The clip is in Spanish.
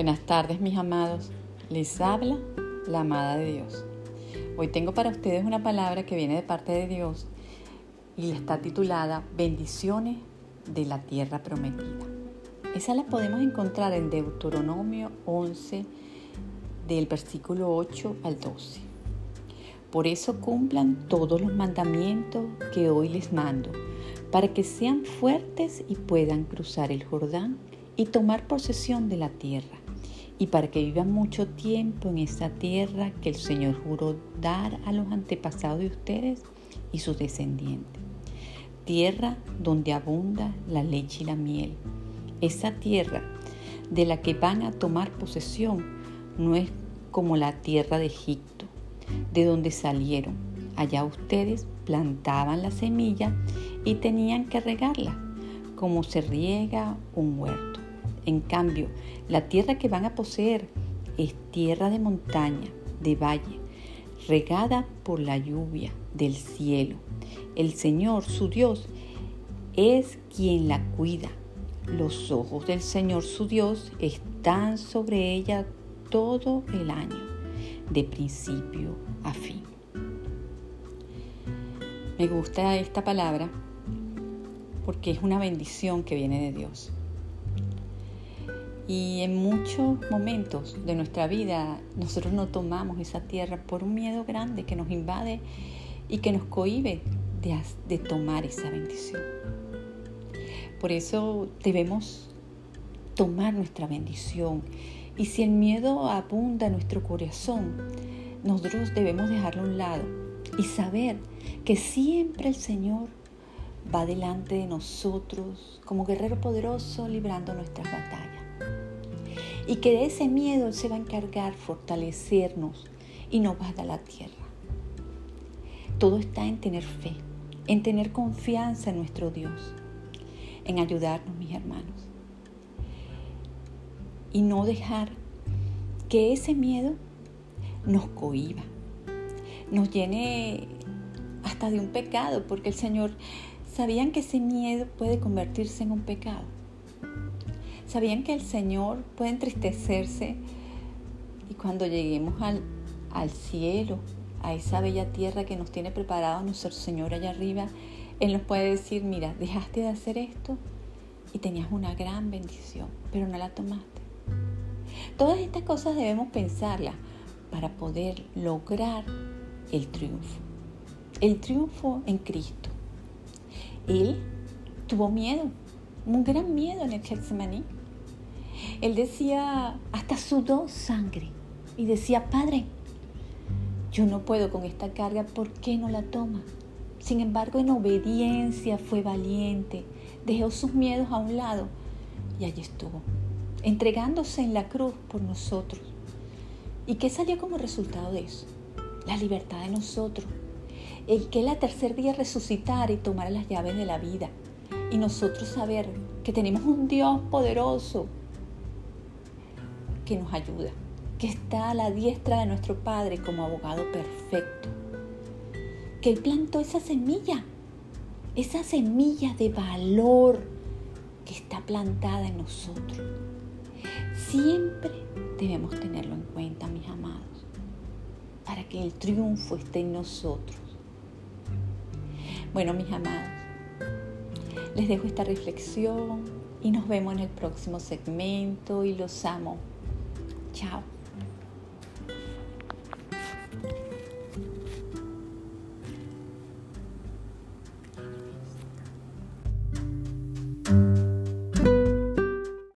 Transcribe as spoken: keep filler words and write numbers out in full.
Buenas tardes, mis amados. Les habla la amada de Dios. Hoy tengo para ustedes una palabra que viene de parte de Dios y está titulada Bendiciones de la Tierra Prometida. Esa la podemos encontrar en Deuteronomio once, del versículo ocho al doce. Por eso cumplan todos los mandamientos que hoy les mando, para que sean fuertes y puedan cruzar el Jordán y tomar posesión de la tierra, y para que vivan mucho tiempo en esa tierra que el Señor juró dar a los antepasados de ustedes y sus descendientes. Tierra donde abunda la leche y la miel. Esa tierra de la que van a tomar posesión no es como la tierra de Egipto, de donde salieron. Allá ustedes plantaban la semilla y tenían que regarla, como se riega un huerto. En cambio, la tierra que van a poseer es tierra de montaña, de valle, regada por la lluvia del cielo. El Señor, su Dios, es quien la cuida. Los ojos del Señor, su Dios, están sobre ella todo el año, de principio a fin. Me gusta esta palabra porque es una bendición que viene de Dios. Y en muchos momentos de nuestra vida nosotros no tomamos esa tierra por un miedo grande que nos invade y que nos cohíbe de, de tomar esa bendición. Por eso debemos tomar nuestra bendición. Y si el miedo abunda en nuestro corazón, nosotros debemos dejarlo a un lado y saber que siempre el Señor va delante de nosotros como guerrero poderoso librando nuestras batallas. Y que de ese miedo Él se va a encargar fortalecernos y nos va a dar la tierra. Todo está en tener fe, en tener confianza en nuestro Dios, en ayudarnos, mis hermanos. Y no dejar que ese miedo nos cohíba, nos llene hasta de un pecado, porque el Señor, ¿sabían que ese miedo puede convertirse en un pecado? ¿Sabían que el Señor puede entristecerse y cuando lleguemos al, al cielo, a esa bella tierra que nos tiene preparado nuestro Señor allá arriba, Él nos puede decir, mira, dejaste de hacer esto y tenías una gran bendición, pero no la tomaste? Todas estas cosas debemos pensarlas para poder lograr el triunfo. El triunfo en Cristo. Él tuvo miedo, un gran miedo en el Getsemaní. Él decía, hasta sudó sangre y decía, Padre, yo no puedo con esta carga, ¿por qué no la toma? Sin embargo, en obediencia fue valiente, dejó sus miedos a un lado y allí estuvo, entregándose en la cruz por nosotros. ¿Y qué salió como resultado de eso? La libertad de nosotros, el que Él al tercer día resucitara y tomara las llaves de la vida, y nosotros saber que tenemos un Dios poderoso que nos ayuda, que está a la diestra de nuestro Padre como abogado perfecto, que Él plantó esa semilla, esa semilla de valor que está plantada en nosotros. Siempre debemos tenerlo en cuenta, mis amados, para que el triunfo esté en nosotros. Bueno, mis amados, les dejo esta reflexión y nos vemos en el próximo segmento y los amo. Chao.